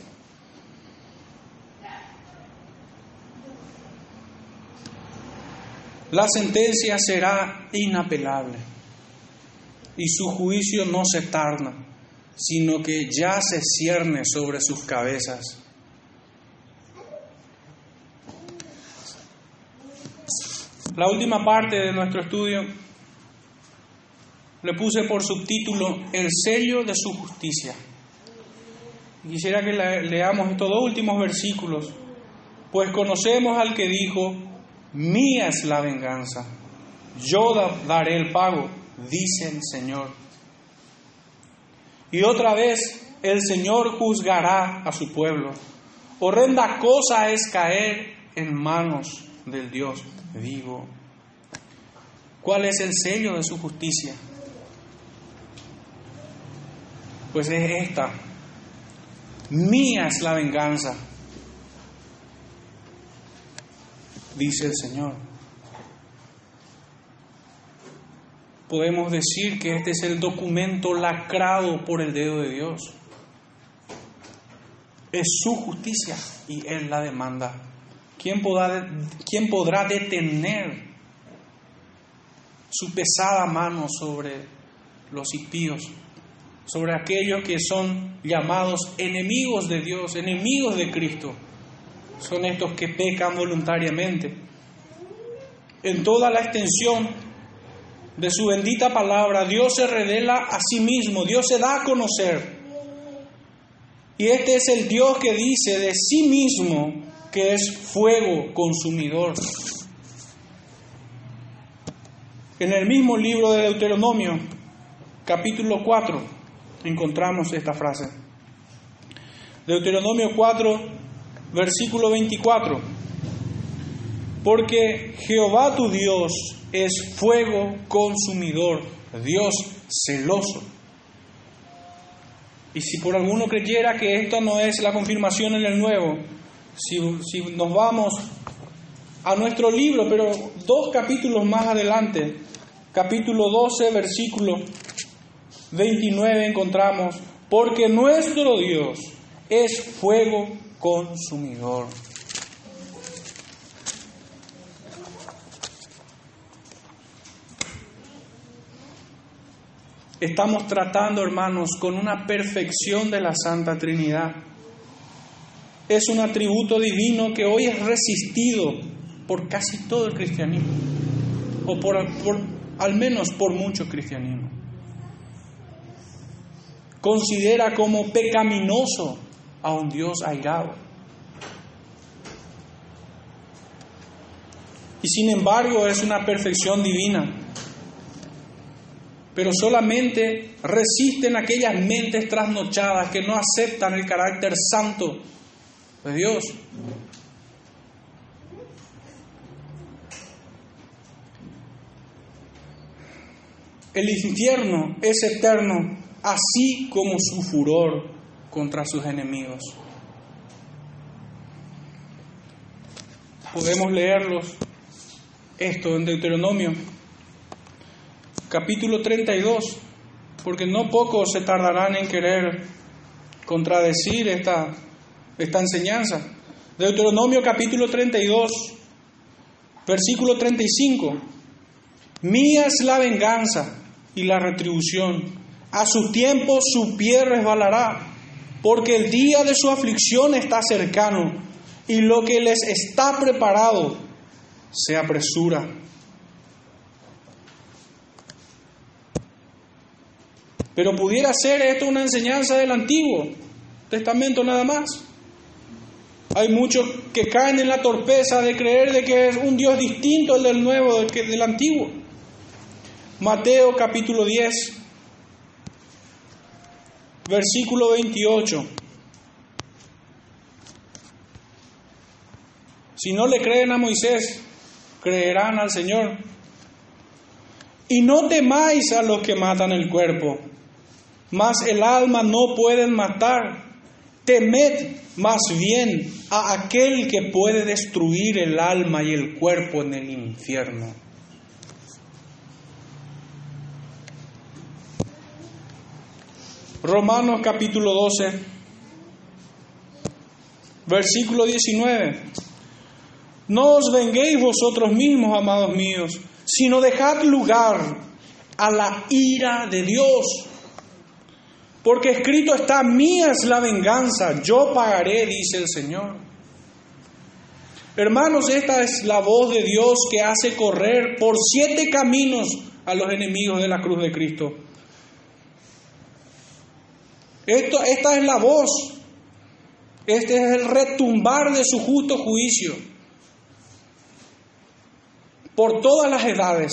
La sentencia será inapelable y su juicio no se tarda, sino que ya se cierne sobre sus cabezas. La última parte de nuestro estudio le puse por subtítulo El sello de su justicia. Quisiera que leamos estos dos últimos versículos. Pues conocemos al que dijo, mía es la venganza, yo daré el pago, dice el Señor. Y otra vez el Señor juzgará a su pueblo. Horrenda cosa es caer en manos del Dios vivo. ¿Cuál es el sello de su justicia? Pues es esta: mía es la venganza, dice el Señor. Podemos decir que este es el documento lacrado por el dedo de Dios. Es su justicia y Él la demanda. ¿Quién podrá, quién podrá detener su pesada mano sobre los impíos, sobre aquellos que son llamados enemigos de Dios, enemigos de Cristo? Son estos que pecan voluntariamente. En toda la extensión de su bendita palabra, Dios se revela a sí mismo, Dios se da a conocer. Y este es el Dios que dice de sí mismo que es fuego consumidor. En el mismo libro de Deuteronomio, capítulo cuatro, encontramos esta frase. Deuteronomio cuatro, versículo veinticuatro. Porque Jehová tu Dios es fuego consumidor, Dios celoso. Y si por alguno creyera que esto no es la confirmación en el Nuevo, si, si nos vamos a nuestro libro, pero dos capítulos más adelante, capítulo doce, versículo veintinueve, encontramos: porque nuestro Dios es fuego consumidor. Estamos tratando, hermanos, con una perfección de la Santa Trinidad. Es un atributo divino que hoy es resistido por casi todo el cristianismo, o por, por al menos por mucho cristianismo. Considera como pecaminoso a un Dios airado. Y sin embargo es una perfección divina. Pero solamente resisten aquellas mentes trasnochadas que no aceptan el carácter santo de Dios. El infierno es eterno, así como su furor contra sus enemigos. Podemos leerlos esto en Deuteronomio capítulo treinta y dos, porque no pocos se tardarán en querer contradecir esta, esta enseñanza. Deuteronomio capítulo treinta y dos, versículo treinta y cinco. Mía es la venganza y la retribución, a su tiempo su pie resbalará, porque el día de su aflicción está cercano, y lo que les está preparado se apresura. Pero pudiera ser esto una enseñanza del Antiguo Testamento nada más. Hay muchos que caen en la torpeza de creer de que es un Dios distinto al del Nuevo, del, que, del Antiguo. Mateo capítulo diez, versículo veintiocho. Si no le creen a Moisés, creerán al Señor. Y no temáis a los que matan el cuerpo, mas el alma no pueden matar. Temed más bien a aquel que puede destruir el alma y el cuerpo en el infierno. Romanos capítulo doce, versículo diecinueve. No os venguéis vosotros mismos, amados míos, sino dejad lugar a la ira de Dios. Porque escrito está: mía es la venganza, yo pagaré, dice el Señor. Hermanos, esta es la voz de Dios que hace correr por siete caminos a los enemigos de la cruz de Cristo. Esto, esta es la voz, este es el retumbar de su justo juicio por todas las edades.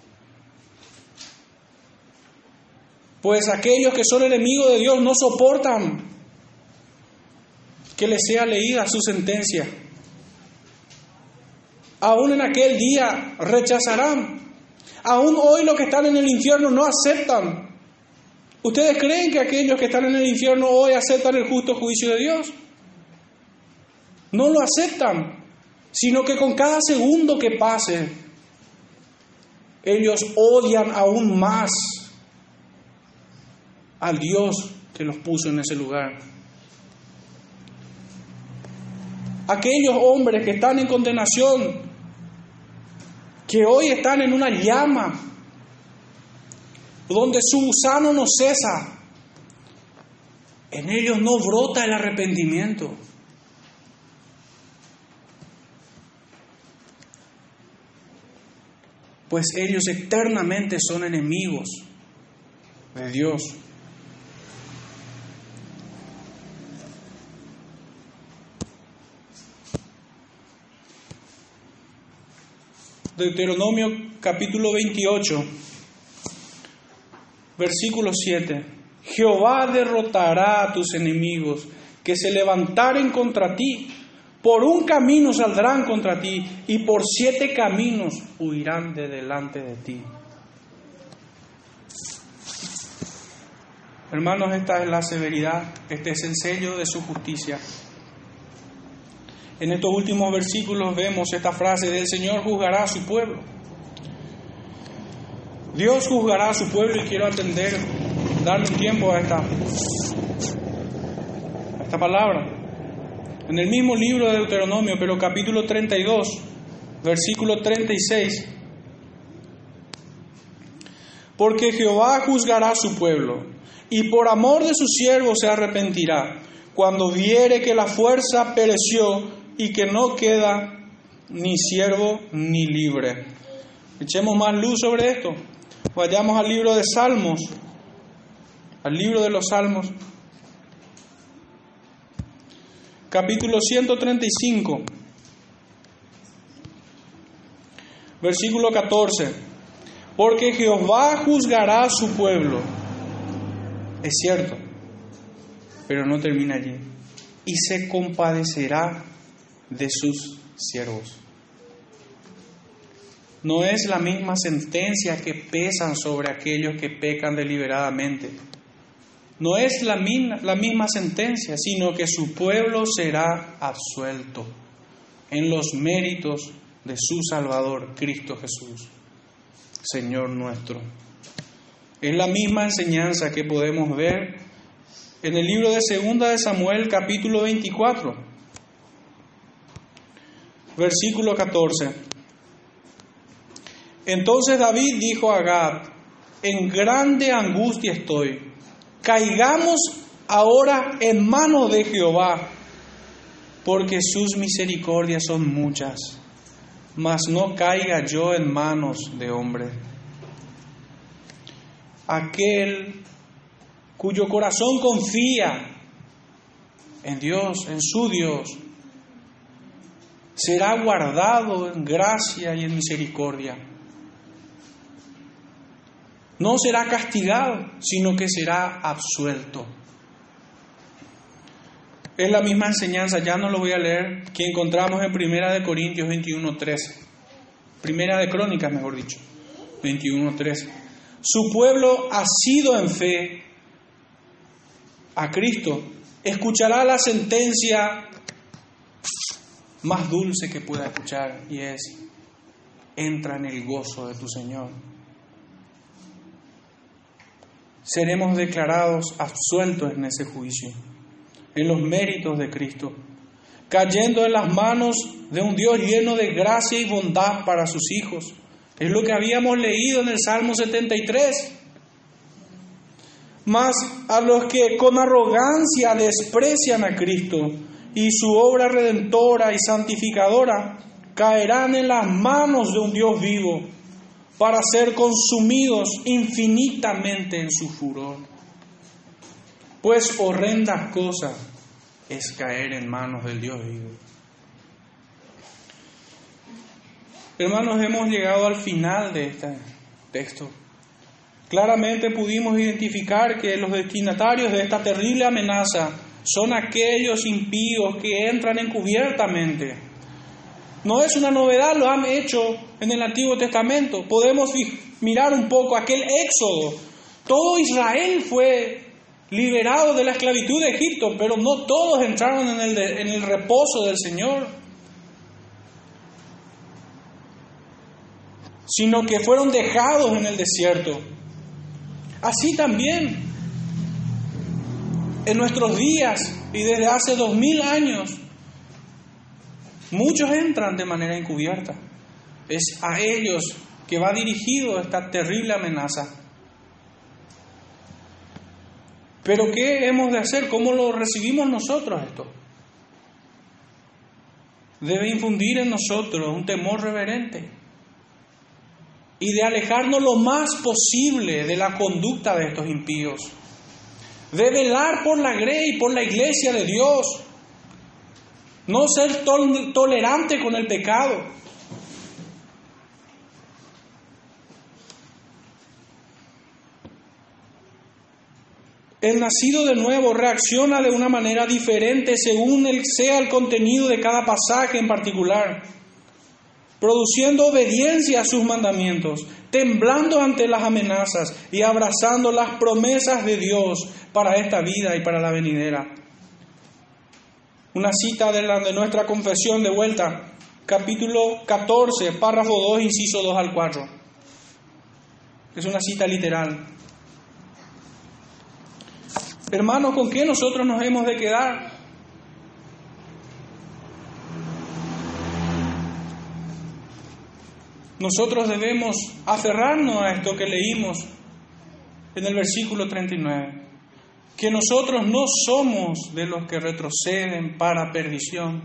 Pues aquellos que son enemigos de Dios no soportan que les sea leída su sentencia. Aún en aquel día rechazarán. Aún hoy los que están en el infierno no aceptan. ¿Ustedes creen que aquellos que están en el infierno hoy aceptan el justo juicio de Dios? No lo aceptan, sino que con cada segundo que pase, ellos odian aún más al Dios que los puso en ese lugar. aquellos hombres que están en condenación, que hoy están en una llama, donde su gusano no cesa, en ellos no brota el arrepentimiento. Pues ellos eternamente son enemigos de Dios. Deuteronomio capítulo veintiocho, versículo siete. Jehová derrotará a tus enemigos que se levantaren contra ti. Por un camino saldrán contra ti y por siete caminos huirán de delante de ti. Hermanos, esta es la severidad, este es el sello de su justicia. En estos últimos versículos vemos esta frase del Señor juzgará a su pueblo. Dios juzgará a su pueblo y quiero atender, darle un tiempo a esta, a esta palabra. En el mismo libro de Deuteronomio, pero capítulo treinta y dos, versículo treinta y seis. Porque Jehová juzgará a su pueblo, y por amor de su siervo se arrepentirá, cuando viere que la fuerza pereció y que no queda ni siervo ni libre. Echemos más luz sobre esto. Vayamos al libro de Salmos, al libro de los Salmos, capítulo ciento treinta y cinco, versículo catorce. Porque Jehová juzgará a su pueblo. Es cierto, pero no termina allí. Y se compadecerá de sus siervos. No es la misma sentencia que pesan sobre aquellos que pecan deliberadamente. No es la misma, la misma sentencia, sino que su pueblo será absuelto en los méritos de su Salvador, Cristo Jesús, Señor nuestro. Es la misma enseñanza que podemos ver en el libro de Segunda de Samuel, capítulo veinticuatro, versículo catorce. Entonces David dijo a Gad: en grande angustia estoy, caigamos ahora en manos de Jehová, porque sus misericordias son muchas, mas no caiga yo en manos de hombre. Aquel cuyo corazón confía en Dios, en su Dios, será guardado en gracia y en misericordia. No será castigado, sino que será absuelto. Es la misma enseñanza, ya no lo voy a leer, que encontramos en Primera de Corintios veintiuno trece. Primera de Crónicas, mejor dicho, veintiuno trece. Su pueblo asido en fe a Cristo escuchará la sentencia más dulce que pueda escuchar, y es: entra en el gozo de tu Señor. Seremos declarados absueltos en ese juicio, en los méritos de Cristo, cayendo en las manos de un Dios lleno de gracia y bondad para sus hijos. Es lo que habíamos leído en el Salmo setenta y tres. Mas a los que con arrogancia desprecian a Cristo y su obra redentora y santificadora, caerán en las manos de un Dios vivo, para ser consumidos infinitamente en su furor. Pues horrenda cosa es caer en manos del Dios vivo. Hermanos, hemos llegado al final de este texto. Claramente pudimos identificar que los destinatarios de esta terrible amenaza son aquellos impíos que entran encubiertamente. No es una novedad, lo han hecho en el Antiguo Testamento. Podemos mirar un poco aquel éxodo. Todo Israel fue liberado de la esclavitud de Egipto, pero no todos entraron en el, de, en el reposo del Señor, sino que fueron dejados en el desierto. Así también, en nuestros días y desde hace dos mil años, Muchos entran de manera encubierta. Es a ellos que va dirigido esta terrible amenaza. Pero ¿qué hemos de hacer? ¿Cómo lo recibimos nosotros esto? Debe infundir en nosotros un temor reverente y de alejarnos lo más posible de la conducta de estos impíos. De velar por la grey y por la iglesia de Dios. No ser tol- tolerante con el pecado. El nacido de nuevo reacciona de una manera diferente según el, sea el contenido de cada pasaje en particular, produciendo obediencia a sus mandamientos, temblando ante las amenazas y abrazando las promesas de Dios para esta vida y para la venidera. Una cita de, la, de nuestra confesión de vuelta, capítulo catorce, párrafo dos, inciso dos al cuatro. Es una cita literal. Hermanos, ¿con qué nosotros nos hemos de quedar? Nosotros debemos aferrarnos a esto que leímos en el versículo treinta y nueve. Que nosotros no somos de los que retroceden para perdición,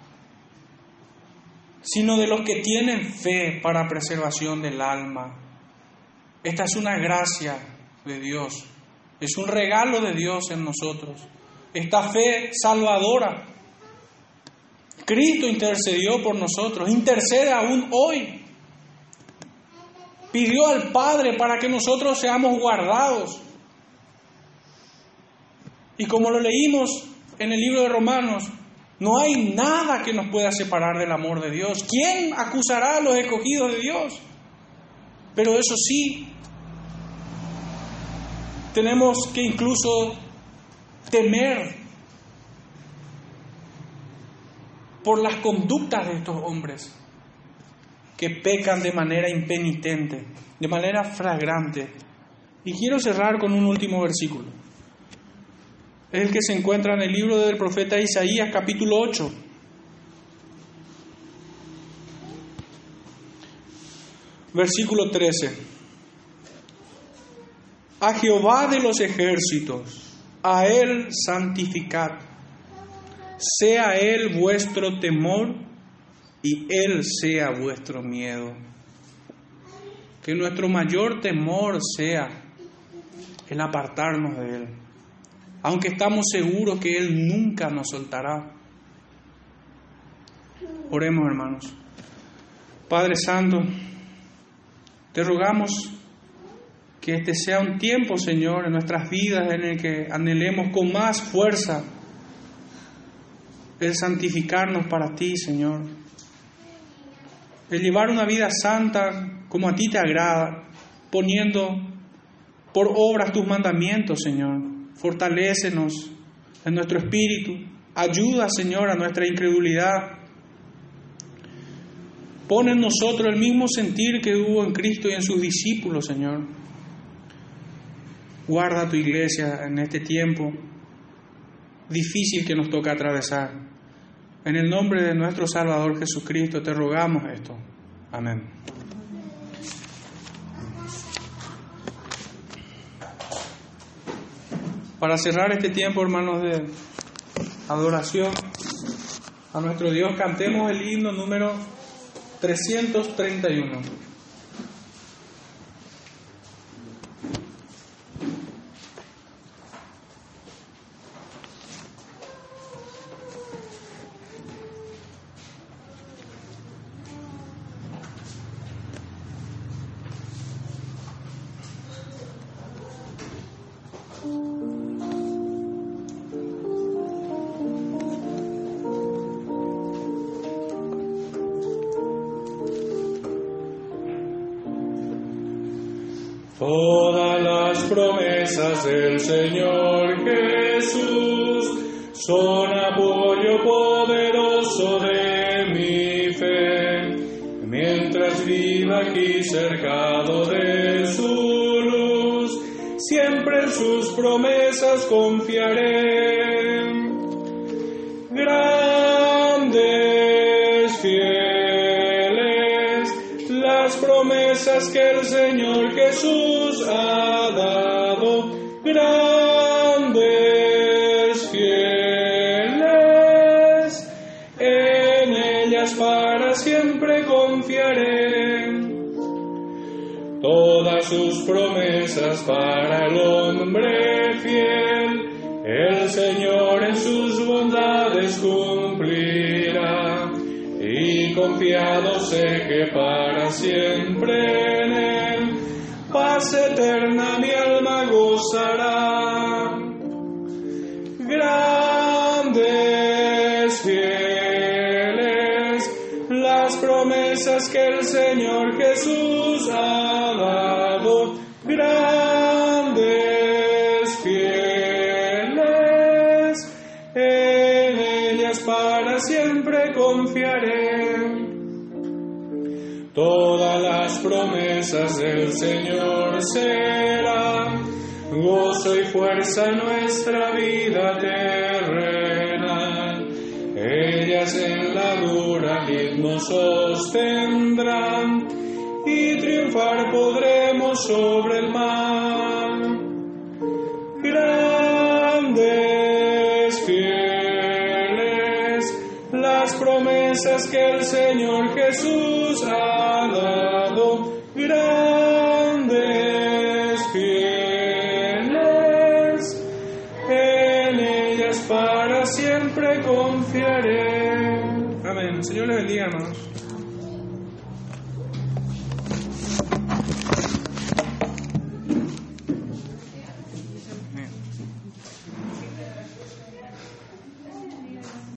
sino de los que tienen fe para preservación del alma. Esta es una gracia de Dios. Es un regalo de Dios en nosotros. Esta fe salvadora. Cristo intercedió por nosotros. Intercede aún hoy. Pidió al Padre para que nosotros seamos guardados. Y como lo leímos en el libro de Romanos, no hay nada que nos pueda separar del amor de Dios. ¿Quién acusará a los escogidos de Dios? Pero eso sí, tenemos que incluso temer por las conductas de estos hombres que pecan de manera impenitente, de manera flagrante. Y quiero cerrar con un último versículo. Es el que se encuentra en el libro del profeta Isaías, capítulo ocho. Versículo trece. A Jehová de los ejércitos, a Él santificad. Sea Él vuestro temor y Él sea vuestro miedo. Que nuestro mayor temor sea el apartarnos de Él, aunque estamos seguros que Él nunca nos soltará. Oremos, hermanos. Padre Santo, te rogamos que este sea un tiempo, Señor, en nuestras vidas en el que anhelemos con más fuerza el santificarnos para ti, Señor. El llevar una vida santa como a ti te agrada, poniendo por obras tus mandamientos, Señor. Fortalécenos en nuestro espíritu. Ayuda, Señor, a nuestra incredulidad. Pon en nosotros el mismo sentir que hubo en Cristo y en sus discípulos, Señor. Guarda tu iglesia en este tiempo difícil que nos toca atravesar. En el nombre de nuestro Salvador Jesucristo te rogamos esto. Amén. Para cerrar este tiempo, hermanos, de adoración a nuestro Dios, cantemos el himno número trescientos treinta y uno. Todas las promesas del Señor Jesús son apoyo poderoso de mi fe. Mientras viva aquí cercado de su luz, siempre en sus promesas confiaré. Grande promesas que el Señor Jesús ha dado, grandes, fieles, en ellas para siempre confiaré. Todas sus promesas para el hombre fiel, el Señor en sus bondades cumplirá, y confiado sé que para siempre en Él, paz eterna mi alma gozará. Grandes, fieles, las promesas que el Señor Jesús ha dado, grandes, fieles, en ellas para siempre confiaré. Todas las promesas del Señor serán gozo y fuerza en nuestra vida terrenal. Ellas en la dura lid nos sostendrán y triunfar podremos sobre el mal. Grandes, fieles, las promesas que el Señor Jesús ha dado, grandes, fieles, en ellas para siempre confiaré. Amén. Señor les bendiga, hermanos.